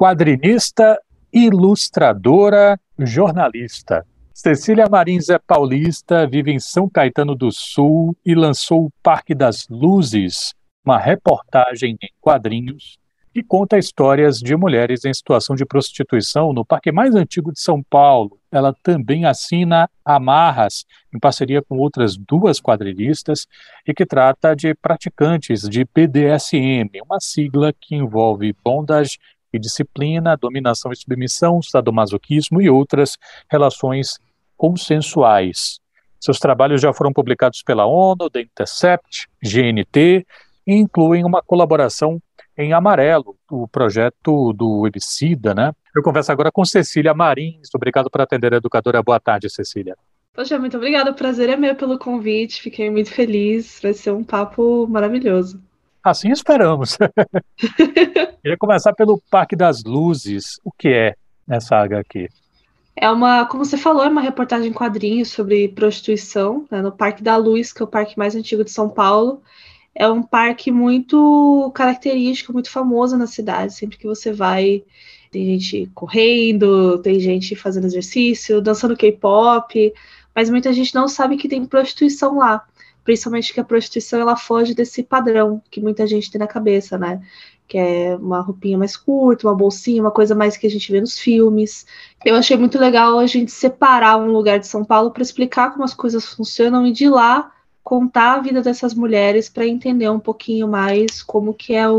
quadrinista, ilustradora, jornalista. Cecília Marins é paulista, vive em São Caetano do Sul e lançou o Parque das Luzes, uma reportagem em quadrinhos que conta histórias de mulheres em situação de prostituição no parque mais antigo de São Paulo. Ela também assina Amarras, em parceria com outras duas quadrinistas, e que trata de praticantes de BDSM, uma sigla que envolve bondage e disciplina, dominação e submissão, sadomasoquismo e outras relações consensuais. Seus trabalhos já foram publicados pela ONU, The Intercept, GNT, e incluem uma colaboração em Amarelo, o projeto do Emicida, né? Eu converso agora com Cecília Marins. Obrigado por atender a educadora. Boa tarde, Cecília. Poxa, muito obrigada. O prazer é meu pelo convite. Fiquei muito feliz. Vai ser um papo maravilhoso. Assim esperamos. Queria começar pelo Parque das Luzes. O que é essa HQ? Como você falou, é uma reportagem em quadrinhos sobre prostituição, né, no Parque da Luz, que é o parque mais antigo de São Paulo. É um parque muito característico, muito famoso na cidade. Sempre que você vai, tem gente correndo, tem gente fazendo exercício, dançando K-pop, mas muita gente não sabe que tem prostituição lá. Principalmente que a prostituição ela foge desse padrão que muita gente tem na cabeça, né? Que é uma roupinha mais curta, uma bolsinha, uma coisa mais que a gente vê nos filmes. Eu achei muito legal a gente separar um lugar de São Paulo para explicar como as coisas funcionam e de lá contar a vida dessas mulheres para entender um pouquinho mais como que é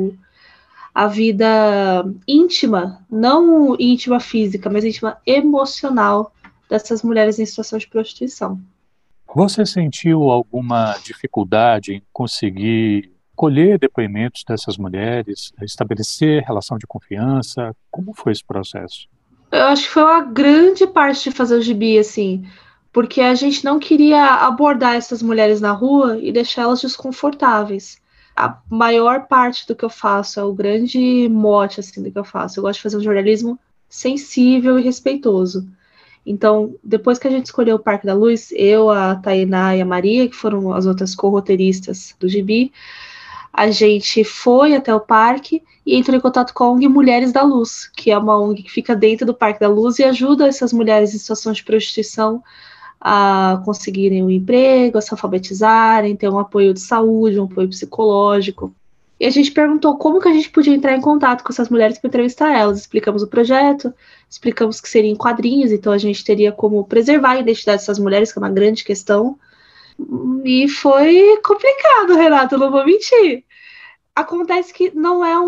a vida íntima, não íntima física, mas íntima emocional dessas mulheres em situação de prostituição. Você sentiu alguma dificuldade em conseguir colher depoimentos dessas mulheres, estabelecer relação de confiança? Como foi esse processo? Eu acho que foi uma grande parte de fazer o gibi, assim, porque a gente não queria abordar essas mulheres na rua e deixá-las desconfortáveis. A maior parte do que eu faço, é o grande mote, assim, do que eu faço. Eu gosto de fazer um jornalismo sensível e respeitoso. Então, depois que a gente escolheu o Parque da Luz, eu, a Tainá e a Maria, que foram as outras co-roteiristas do gibi, a gente foi até o parque e entrou em contato com a ONG Mulheres da Luz, que é uma ONG que fica dentro do Parque da Luz e ajuda essas mulheres em situações de prostituição a conseguirem um emprego, a se alfabetizarem, ter um apoio de saúde, um apoio psicológico. E a gente perguntou como que a gente podia entrar em contato com essas mulheres para entrevistar elas. Explicamos o projeto, explicamos que seriam quadrinhos, então a gente teria como preservar a identidade dessas mulheres, que é uma grande questão. E foi complicado, Renato, não vou mentir. Acontece que não é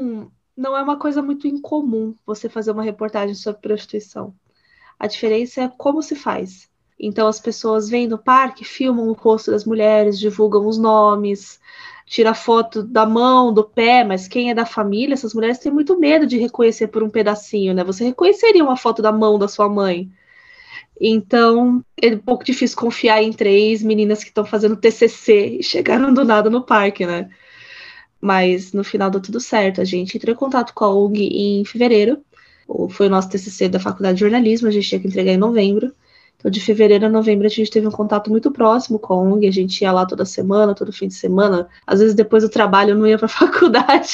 uma coisa muito incomum você fazer uma reportagem sobre prostituição. A diferença é como se faz. Então as pessoas vêm no parque, filmam o rosto das mulheres, divulgam os nomes, tira foto da mão, do pé, mas quem é da família, essas mulheres têm muito medo de reconhecer por um pedacinho, né? Você reconheceria uma foto da mão da sua mãe. Então, é um pouco difícil confiar em 3 meninas que estão fazendo TCC e chegaram do nada no parque, né? Mas no final deu tudo certo. A gente entrou em contato com a ONG em fevereiro. Foi o nosso TCC da Faculdade de Jornalismo, a gente tinha que entregar em novembro. Então, de fevereiro a novembro, a gente teve um contato muito próximo com a ONG. A gente ia lá toda semana, todo fim de semana. Às vezes, depois do trabalho, eu não ia para a faculdade.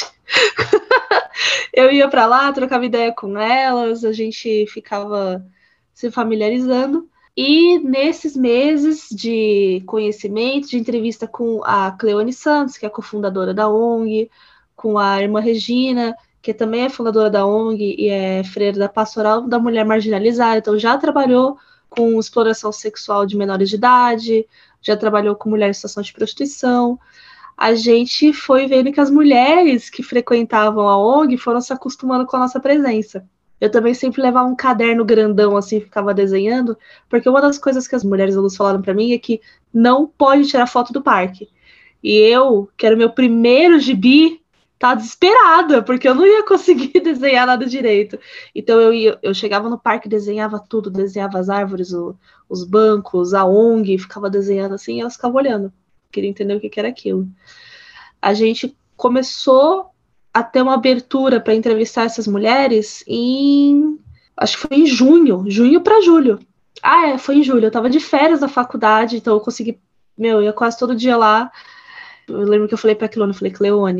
Eu ia para lá, trocava ideia com elas, a gente ficava se familiarizando. E nesses meses de conhecimento, de entrevista com a Cleone Santos, que é a cofundadora da ONG, com a irmã Regina, que também é fundadora da ONG e é freira da Pastoral da Mulher Marginalizada, então já trabalhou com exploração sexual de menores de idade, já trabalhou com mulheres em situação de prostituição. A gente foi vendo que as mulheres que frequentavam a ONG foram se acostumando com a nossa presença. Eu também sempre levava um caderno grandão, assim, ficava desenhando, porque uma das coisas que as mulheres da Luz falaram para mim é que não pode tirar foto do parque. E eu, que era o meu primeiro gibi, tava desesperada, porque eu não ia conseguir desenhar nada direito. Então eu chegava no parque, desenhava tudo, desenhava as árvores, os bancos, a ONG, ficava desenhando assim, e elas ficavam olhando. Queria entender o que era aquilo. A gente começou a ter uma abertura para entrevistar essas mulheres acho que foi em junho para julho. Foi em julho, eu tava de férias da faculdade, então eu consegui, eu ia quase todo dia lá. Eu lembro que eu falei pra Cleone,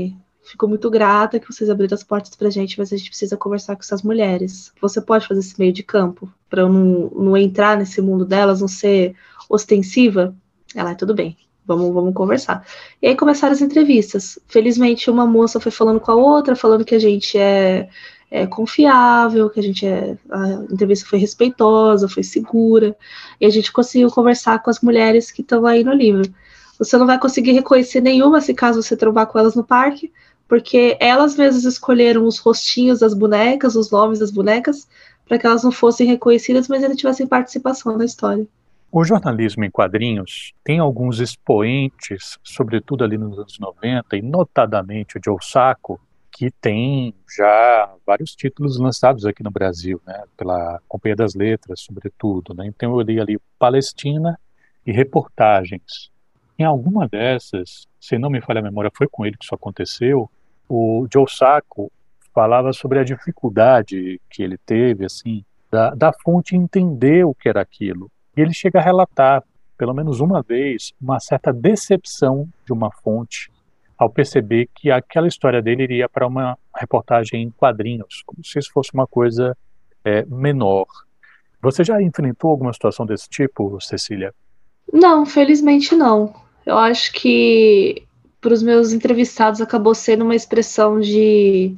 fico muito grata que vocês abriram as portas pra gente, mas a gente precisa conversar com essas mulheres. Você pode fazer esse meio de campo pra eu não entrar nesse mundo delas, não ser ostensiva? Ela, tudo bem, vamos conversar. E aí começaram as entrevistas. Felizmente, uma moça foi falando com a outra, falando que a gente é confiável, que a entrevista foi respeitosa, foi segura, e a gente conseguiu conversar com as mulheres que estão aí no livro. Você não vai conseguir reconhecer nenhuma se caso você trombar com elas no parque, porque elas mesmas escolheram os rostinhos das bonecas, os nomes das bonecas, para que elas não fossem reconhecidas, mas eles tivessem participação na história. O jornalismo em quadrinhos tem alguns expoentes, sobretudo ali nos anos 90, e notadamente o Joe Sacco, que tem já vários títulos lançados aqui no Brasil, né, pela Companhia das Letras, sobretudo, né? Então eu li ali Palestina e reportagens. Em alguma dessas, se não me falha a memória, foi com ele que isso aconteceu, o Joe Sacco falava sobre a dificuldade que ele teve, assim, da fonte entender o que era aquilo. E ele chega a relatar, pelo menos uma vez, uma certa decepção de uma fonte ao perceber que aquela história dele iria para uma reportagem em quadrinhos, como se isso fosse uma coisa menor. Você já enfrentou alguma situação desse tipo, Cecília? Não, felizmente não. Eu acho que para os meus entrevistados acabou sendo uma expressão de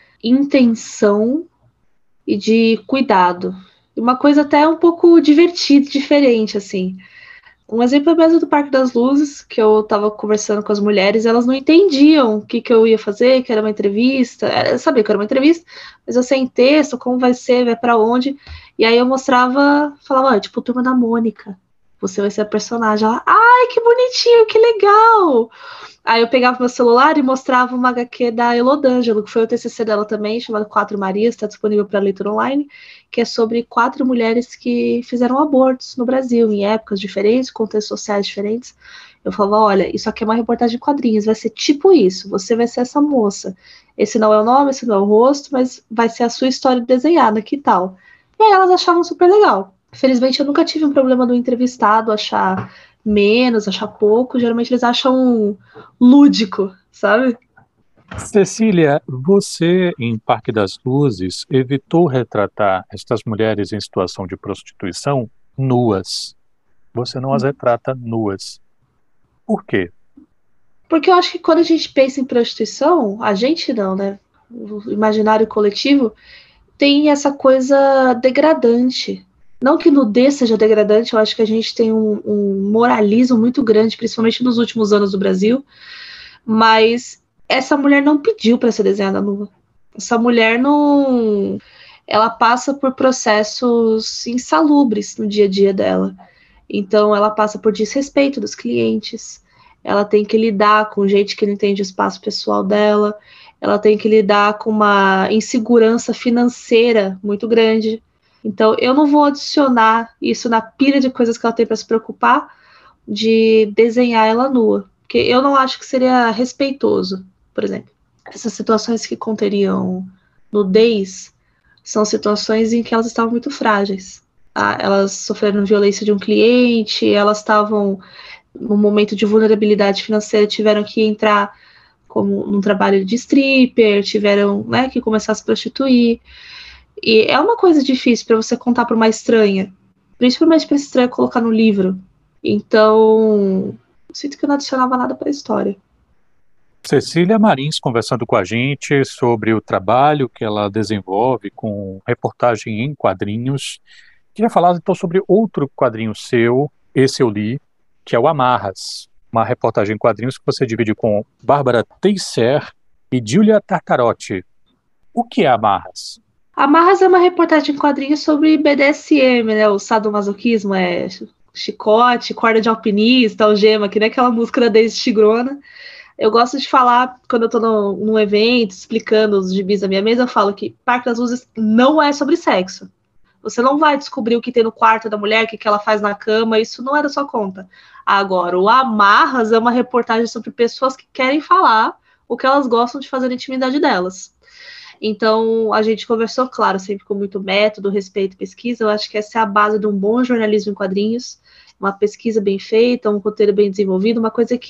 intenção e de cuidado. Uma coisa até um pouco divertida, diferente, assim. Um exemplo é mesmo do Parque das Luzes, que eu tava conversando com as mulheres, elas não entendiam o que eu ia fazer, que era uma entrevista. Eu sabia que era uma entrevista, mas eu sem texto, como vai ser, vai para onde. E aí eu mostrava, falava, tipo, Turma da Mônica. Você vai ser a personagem. Ela, ai, que bonitinho, que legal! Aí eu pegava meu celular e mostrava uma HQ da Elodângelo, que foi o TCC dela também, chamado Quatro Marias, está disponível para leitura online, que é sobre 4 mulheres que fizeram abortos no Brasil, em épocas diferentes, contextos sociais diferentes. Eu falava, olha, isso aqui é uma reportagem de quadrinhos, vai ser tipo isso, você vai ser essa moça. Esse não é o nome, esse não é o rosto, mas vai ser a sua história desenhada, que tal? E aí elas achavam super legal. Felizmente eu nunca tive um problema do entrevistado achar menos, achar pouco, geralmente eles acham lúdico, sabe? Cecília, você, em Parque das Luzes, evitou retratar estas mulheres em situação de prostituição nuas. Você não as retrata nuas. Por quê? Porque eu acho que quando a gente pensa em prostituição, a gente não, né? O imaginário coletivo tem essa coisa degradante. Não que nudez seja degradante, eu acho que a gente tem um moralismo muito grande, principalmente nos últimos anos do Brasil, mas essa mulher não pediu para ser desenhada nua. Essa mulher não. Ela passa por processos insalubres no dia a dia dela. Então, ela passa por desrespeito dos clientes, ela tem que lidar com gente que não entende o espaço pessoal dela, ela tem que lidar com uma insegurança financeira muito grande. Então, eu não vou adicionar isso na pilha de coisas que ela tem para se preocupar de desenhar ela nua, porque eu não acho que seria respeitoso, por exemplo. Essas situações que conteriam nudez são situações em que elas estavam muito frágeis. Elas sofreram violência de um cliente, elas estavam num momento de vulnerabilidade financeira, tiveram que entrar como num trabalho de stripper, tiveram, né, que começar a se prostituir. E é uma coisa difícil para você contar para uma estranha, principalmente para estranha colocar no livro. Então, sinto que eu não adicionava nada para a história. Cecília Marins conversando com a gente sobre o trabalho que ela desenvolve com reportagem em quadrinhos. Queria falar então sobre outro quadrinho seu, esse eu li, que é o Amarras, uma reportagem em quadrinhos que você divide com Bárbara Teisser e Giulia Tartarotti. O que é Amarras? Amarras é uma reportagem em quadrinhos sobre BDSM, né? O sadomasoquismo é chicote, corda de alpinista, algema, que nem aquela música da Daisy Tigrona. Eu gosto de falar, quando eu tô num evento, explicando os gibis da minha mesa, eu falo que Parque das Luzes não é sobre sexo. Você não vai descobrir o que tem no quarto da mulher, o que ela faz na cama, isso não é da sua conta. Agora, o Amarras é uma reportagem sobre pessoas que querem falar o que elas gostam de fazer na intimidade delas. Então, a gente conversou, claro, sempre com muito método, respeito, pesquisa. Eu acho que essa é a base de um bom jornalismo em quadrinhos, uma pesquisa bem feita, um roteiro bem desenvolvido, uma coisa que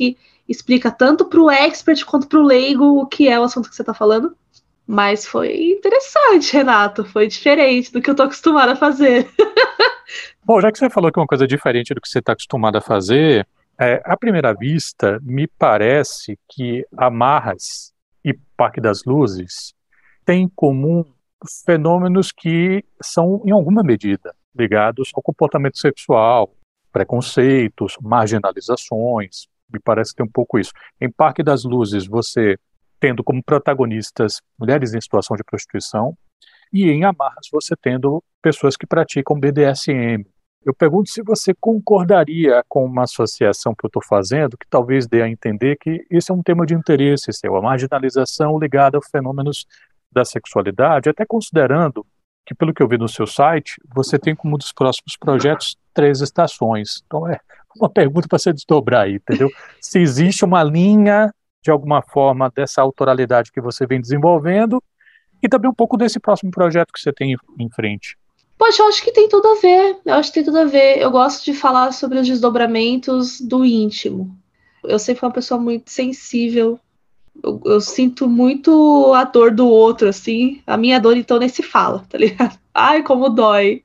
explica tanto para o expert quanto para o leigo o que é o assunto que você está falando. Mas foi interessante, Renato. Foi diferente do que eu tô acostumada a fazer. Bom, já que você falou que é uma coisa diferente do que você está acostumado a fazer, à primeira vista, me parece que Amarras e Parque das Luzes têm em comum fenômenos que são, em alguma medida, ligados ao comportamento sexual, preconceitos, marginalizações. Me parece que tem um pouco isso. Em Parque das Luzes, você tendo como protagonistas mulheres em situação de prostituição, e em Amarras você tendo pessoas que praticam BDSM. Eu pergunto se você concordaria com uma associação que eu estou fazendo, que talvez dê a entender que esse é um tema de interesse seu, a marginalização ligada a fenômenos da sexualidade, até considerando que, pelo que eu vi no seu site, você tem como um dos próximos projetos 3 estações. Então é uma pergunta para você desdobrar aí, entendeu? Se existe uma linha, de alguma forma, dessa autoralidade que você vem desenvolvendo, e também um pouco desse próximo projeto que você tem em frente. Poxa, eu acho que tem tudo a ver. Eu acho que tem tudo a ver. Eu gosto de falar sobre os desdobramentos do íntimo. Eu sempre fui uma pessoa muito sensível. Eu sinto muito a dor do outro, assim. A minha dor, então, nem se fala, tá ligado? Ai, como dói.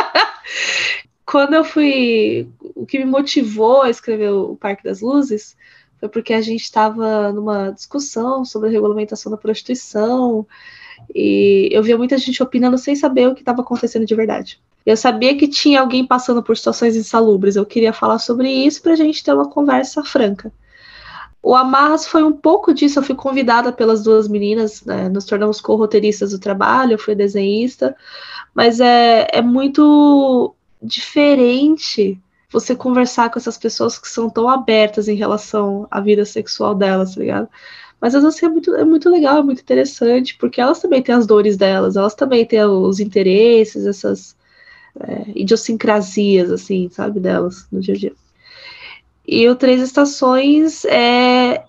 Quando eu fui... O que me motivou a escrever o Parque das Luzes foi porque a gente estava numa discussão sobre a regulamentação da prostituição. E eu via muita gente opinando sem saber o que estava acontecendo de verdade. Eu sabia que tinha alguém passando por situações insalubres. Eu queria falar sobre isso para a gente ter uma conversa franca. O Amarras foi um pouco disso. Eu fui convidada pelas 2 meninas, né? Nos tornamos co-roteiristas do trabalho. Eu fui desenhista. Mas é muito diferente você conversar com essas pessoas que são tão abertas em relação à vida sexual delas, tá ligado? Mas às vezes é muito legal, é muito interessante, porque elas também têm as dores delas, elas também têm os interesses, essas idiosincrasias, assim, sabe, delas no dia a dia. E o 3 Estações é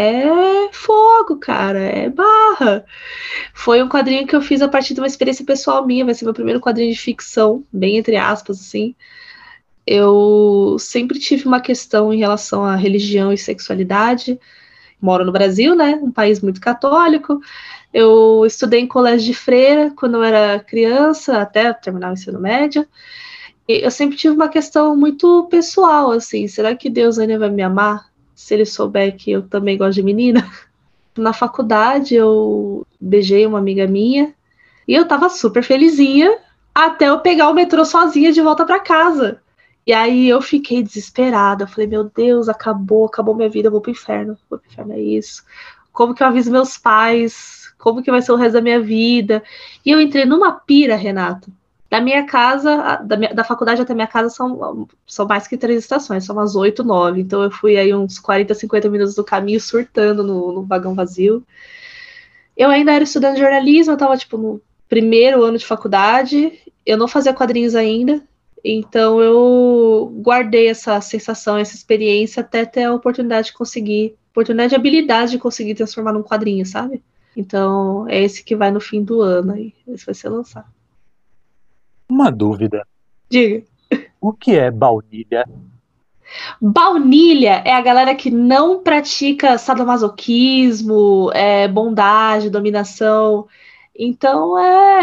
fogo, cara, é barra. Foi um quadrinho que eu fiz a partir de uma experiência pessoal minha, vai ser meu primeiro quadrinho de ficção, bem entre aspas, assim. Eu sempre tive uma questão em relação à religião e sexualidade. Moro no Brasil, né? Um país muito católico. Eu estudei em colégio de freira quando eu era criança, até terminar o ensino médio. E eu sempre tive uma questão muito pessoal, assim. Será que Deus ainda vai me amar se ele souber que eu também gosto de menina? Na faculdade, eu beijei uma amiga minha e eu tava super felizinha até eu pegar o metrô sozinha de volta para casa. E aí eu fiquei desesperada. Eu falei, meu Deus, acabou minha vida, eu vou pro inferno. Vou pro inferno, é isso. Como que eu aviso meus pais? Como que vai ser o resto da minha vida? E eu entrei numa pira, Renato. Da minha casa, da faculdade até minha casa são mais que 3 estações, são umas 8, 9. Então eu fui aí uns 40, 50 minutos do caminho surtando no vagão vazio. Eu ainda era estudante de jornalismo, eu tava tipo no primeiro ano de faculdade, eu não fazia quadrinhos ainda, então eu guardei essa sensação, essa experiência até ter a oportunidade de conseguir, oportunidade e habilidade de conseguir transformar num quadrinho, sabe? Então é esse que vai no fim do ano aí, esse vai ser lançado. Uma dúvida. Diga. O que é baunilha? Baunilha é a galera que não pratica sadomasoquismo, bondade, dominação. Então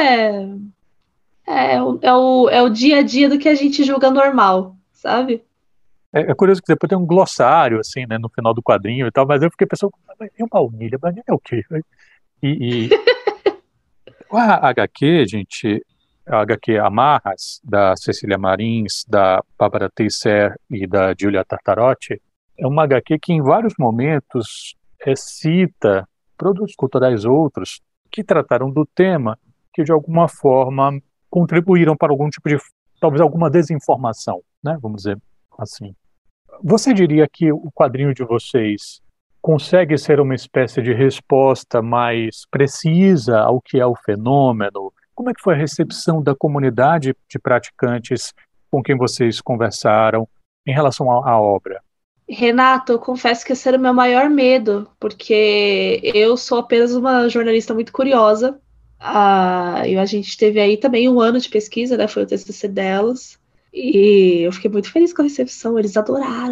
é o dia a dia do que a gente julga normal, sabe? É curioso que depois tem um glossário, assim, né, no final do quadrinho e tal, mas eu fiquei pensando, mas é baunilha? Baunilha é o quê? E a HQ, gente, a HQ Amarras, da Cecília Marins, da Bárbara Teisser e da Giulia Tartarotti, é uma HQ que em vários momentos cita produtos culturais outros que trataram do tema, que de alguma forma contribuíram para algum tipo de, talvez alguma desinformação, né? Vamos dizer assim. Você diria que o quadrinho de vocês consegue ser uma espécie de resposta mais precisa ao que é o fenômeno? Como é que foi a recepção da comunidade de praticantes com quem vocês conversaram em relação à obra? Renato, eu confesso que esse era o meu maior medo, porque eu sou apenas uma jornalista muito curiosa. E a gente teve aí também um ano de pesquisa, né? Foi o TCC delas. E eu fiquei muito feliz com a recepção, eles adoraram.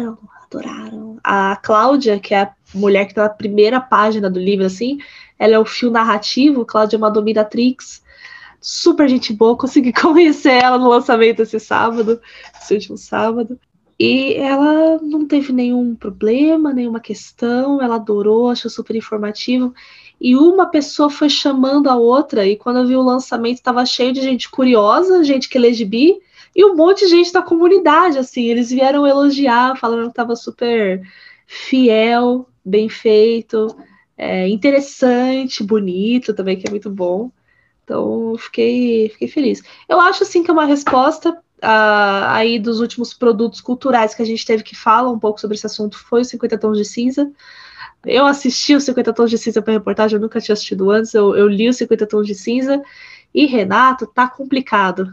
adoraram. A Cláudia, que é a mulher que tá na primeira página do livro, assim, ela é o fio narrativo. Cláudia é uma dominatrix, super gente boa, consegui conhecer ela no lançamento esse último sábado. E ela não teve nenhum problema, nenhuma questão, ela adorou, achou super informativo. E uma pessoa foi chamando a outra, e quando eu vi o lançamento, estava cheio de gente curiosa, gente que lê gibi, e um monte de gente da comunidade, assim, eles vieram elogiar, falaram que estava super fiel, bem feito, interessante, bonito também, que é muito bom. Então, eu fiquei feliz. Eu acho, assim, que é uma resposta aí dos últimos produtos culturais que a gente teve que falar um pouco sobre esse assunto, foi o 50 Tons de Cinza. Eu assisti o 50 Tons de Cinza para reportagem, eu nunca tinha assistido antes, eu li o 50 Tons de Cinza, e Renato, tá complicado.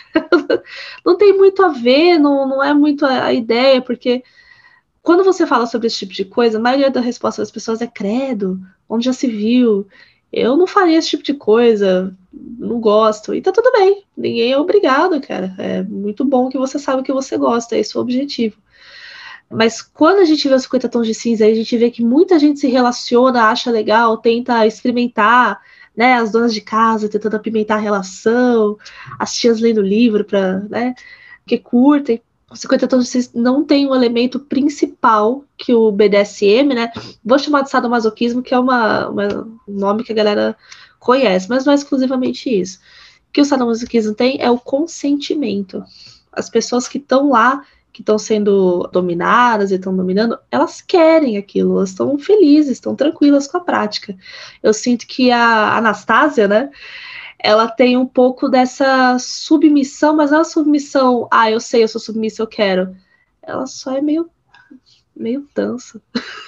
Não tem muito a ver, não é muito a ideia, porque quando você fala sobre esse tipo de coisa, a maioria da resposta das pessoas é credo, onde já se viu, eu não faria esse tipo de coisa, não gosto, e tá tudo bem, ninguém é obrigado, cara, é muito bom que você sabe o que você gosta, esse é o objetivo. Mas quando a gente vê os 50 Tons de Cinza, a gente vê que muita gente se relaciona, acha legal, tenta experimentar, né, as donas de casa tentando apimentar a relação, as tias lendo livro para, né, que curtem. Os 50 Tons de Cinza não tem um elemento principal que o BDSM, né, vou chamar de sadomasoquismo, que é um nome que a galera conhece, mas não é exclusivamente isso. O que o sadomasoquismo tem é o consentimento. As pessoas que estão lá, que estão sendo dominadas e estão dominando, elas querem aquilo, elas estão felizes, estão tranquilas com a prática. Eu sinto que a Anastasia, né, ela tem um pouco dessa submissão, mas não é uma submissão, eu sei, eu sou submissa, eu quero. Ela só é meio tansa.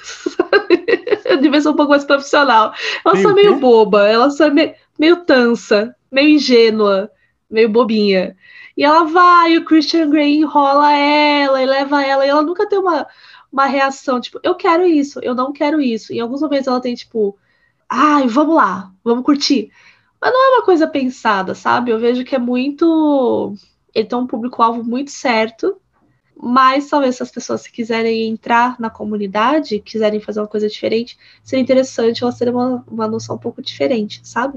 Eu devia ser um pouco mais profissional. Ela só é meio boba, ela só é meio tansa, meio ingênua, meio bobinha. E ela vai, o Christian Grey enrola ela e leva ela, e ela nunca tem uma reação, tipo, eu quero isso, eu não quero isso. Em alguns momentos ela tem, tipo, vamos lá, vamos curtir. Mas não é uma coisa pensada, sabe? Eu vejo que é muito... Ele tem um público-alvo muito certo, mas talvez se as pessoas se quiserem entrar na comunidade, quiserem fazer uma coisa diferente, seria interessante elas terem uma noção um pouco diferente, sabe?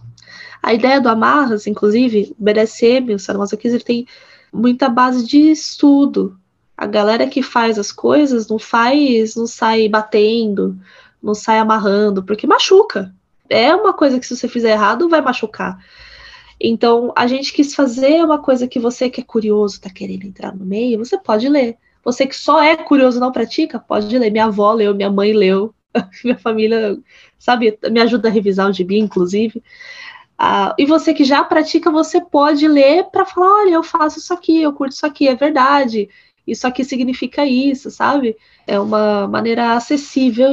A ideia do Amarras, inclusive, o BDSM, o sadomasoquismo, ele tem muita base de estudo. A galera que faz as coisas não sai batendo, não sai amarrando, porque machuca. É uma coisa que se você fizer errado, vai machucar. Então, a gente quis fazer uma coisa que você que é curioso, tá querendo entrar no meio, você pode ler. Você que só é curioso e não pratica, pode ler. Minha avó leu, minha mãe leu, minha família, sabe, me ajuda a revisar o gibi, inclusive. E você que já pratica, você pode ler para falar, olha, eu faço isso aqui, eu curto isso aqui, é verdade, isso aqui significa isso, sabe? É uma maneira acessível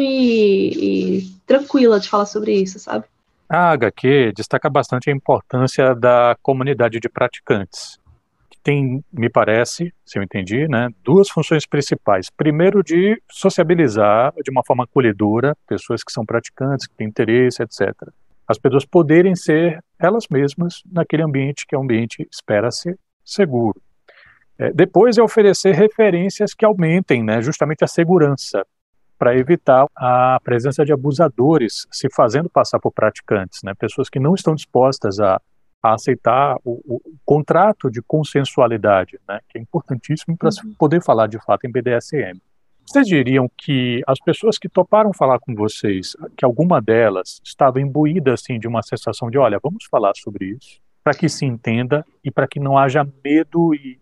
e tranquila de falar sobre isso, sabe? A HQ destaca bastante a importância da comunidade de praticantes, que tem, me parece, se eu entendi, né, duas funções principais. Primeiro, de sociabilizar de uma forma acolhedora pessoas que são praticantes, que têm interesse, etc. As pessoas poderem ser elas mesmas naquele ambiente que é um ambiente, espera-se, seguro. Depois é oferecer referências que aumentem, né, justamente a segurança, para evitar a presença de abusadores se fazendo passar por praticantes, né, pessoas que não estão dispostas a aceitar o contrato de consensualidade, né, que é importantíssimo para se poder falar de fato em BDSM. Vocês diriam que as pessoas que toparam falar com vocês, que alguma delas estava imbuída assim, de uma sensação de, olha, vamos falar sobre isso, para que se entenda e para que não haja medo e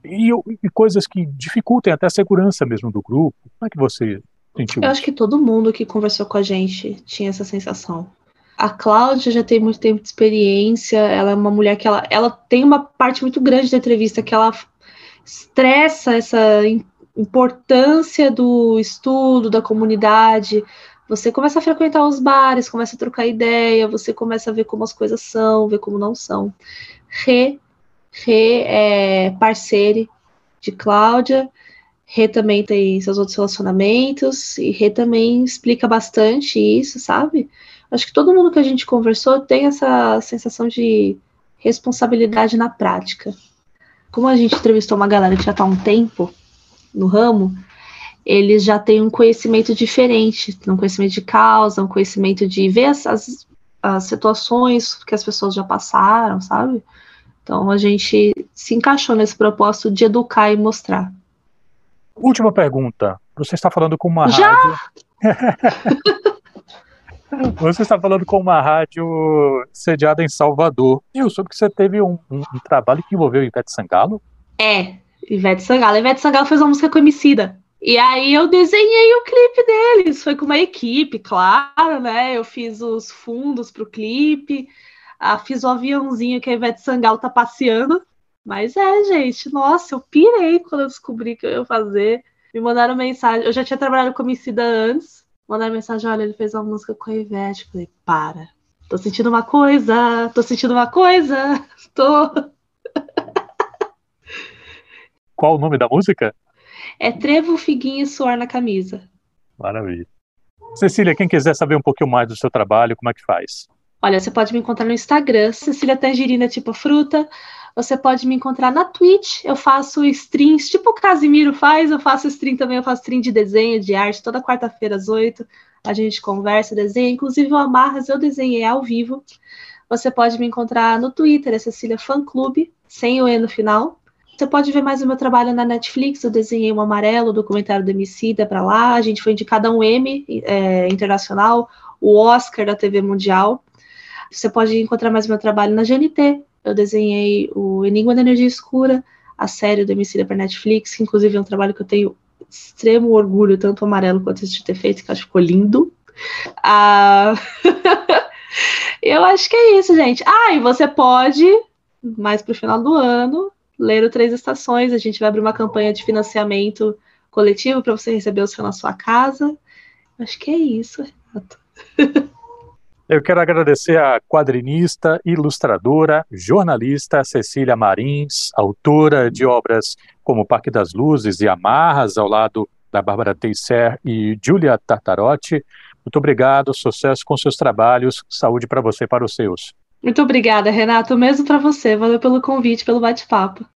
coisas que dificultem até a segurança mesmo do grupo? Como é que você sentiu Eu isso? acho que todo mundo que conversou com a gente tinha essa sensação. A Cláudia já tem muito tempo de experiência, ela é uma mulher que ela tem uma parte muito grande da entrevista que ela estressa essa importância do estudo, da comunidade. Você começa a frequentar os bares, começa a trocar ideia, você começa a ver como as coisas são, ver como não são. Rê é parceira de Cláudia, Rê também tem seus outros relacionamentos, e Rê também explica bastante isso, sabe? Acho que todo mundo que a gente conversou tem essa sensação de responsabilidade na prática. Como a gente entrevistou uma galera que já está há um tempo no ramo, eles já têm um conhecimento diferente, um conhecimento de causa, um conhecimento de ver as situações que as pessoas já passaram, sabe? Então a gente se encaixou nesse propósito de educar e mostrar. Última pergunta. Você está falando com uma Já? rádio. Você está falando com uma rádio sediada em Salvador. E eu soube que você teve um trabalho que envolveu Ivete Sangalo? Ivete Sangalo. Ivete Sangalo fez uma música com Emicida. E aí eu desenhei o clipe deles. Foi com uma equipe, claro, né? Eu fiz os fundos pro clipe. Fiz o aviãozinho que a Ivete Sangalo tá passeando. Mas gente, nossa, eu pirei quando eu descobri que eu ia fazer. Me mandaram mensagem. Eu já tinha trabalhado com Emicida antes. Mandaram mensagem, olha, ele fez uma música com a Ivete. Eu falei, para. Tô sentindo uma coisa. Qual o nome da música? É Trevo, Figuinha e Suor na Camisa. Maravilha. Cecília, quem quiser saber um pouquinho mais do seu trabalho, como é que faz? Olha, você pode me encontrar no Instagram, Cecília Tangerina tipo fruta. Você pode me encontrar na Twitch. Eu faço streams, tipo o Casimiro faz. Eu faço stream também, eu faço stream de desenho, de arte, toda quarta-feira às 8. A gente conversa, desenha. Inclusive o Amarras eu desenhei ao vivo. Você pode me encontrar no Twitter, é Cecília Fã Clube, sem o E no final. Você pode ver mais o meu trabalho na Netflix. Eu desenhei um amarelo, o documentário do Emicida para lá. A gente foi indicado a um Emmy internacional, o Oscar da TV Mundial. Você pode encontrar mais o meu trabalho na GNT. Eu desenhei o Enigma da Energia Escura, a série do Emicida para Netflix, que inclusive é um trabalho que eu tenho extremo orgulho, tanto o amarelo quanto esse de ter feito, que eu acho que ficou lindo. Eu acho que é isso, gente. E você pode, mais para o final do ano, ler o Três Estações. A gente vai abrir uma campanha de financiamento coletivo para você receber o seu na sua casa. Acho que é isso, Renato. Eu quero agradecer a quadrinista, ilustradora, jornalista Cecília Marins, autora de obras como Parque das Luzes e Amarras, ao lado da Bárbara Teisser e Giulia Tartarotti. Muito obrigado, sucesso com seus trabalhos, saúde para você e para os seus. Muito obrigada, Renato. O mesmo para você. Valeu pelo convite, pelo bate-papo.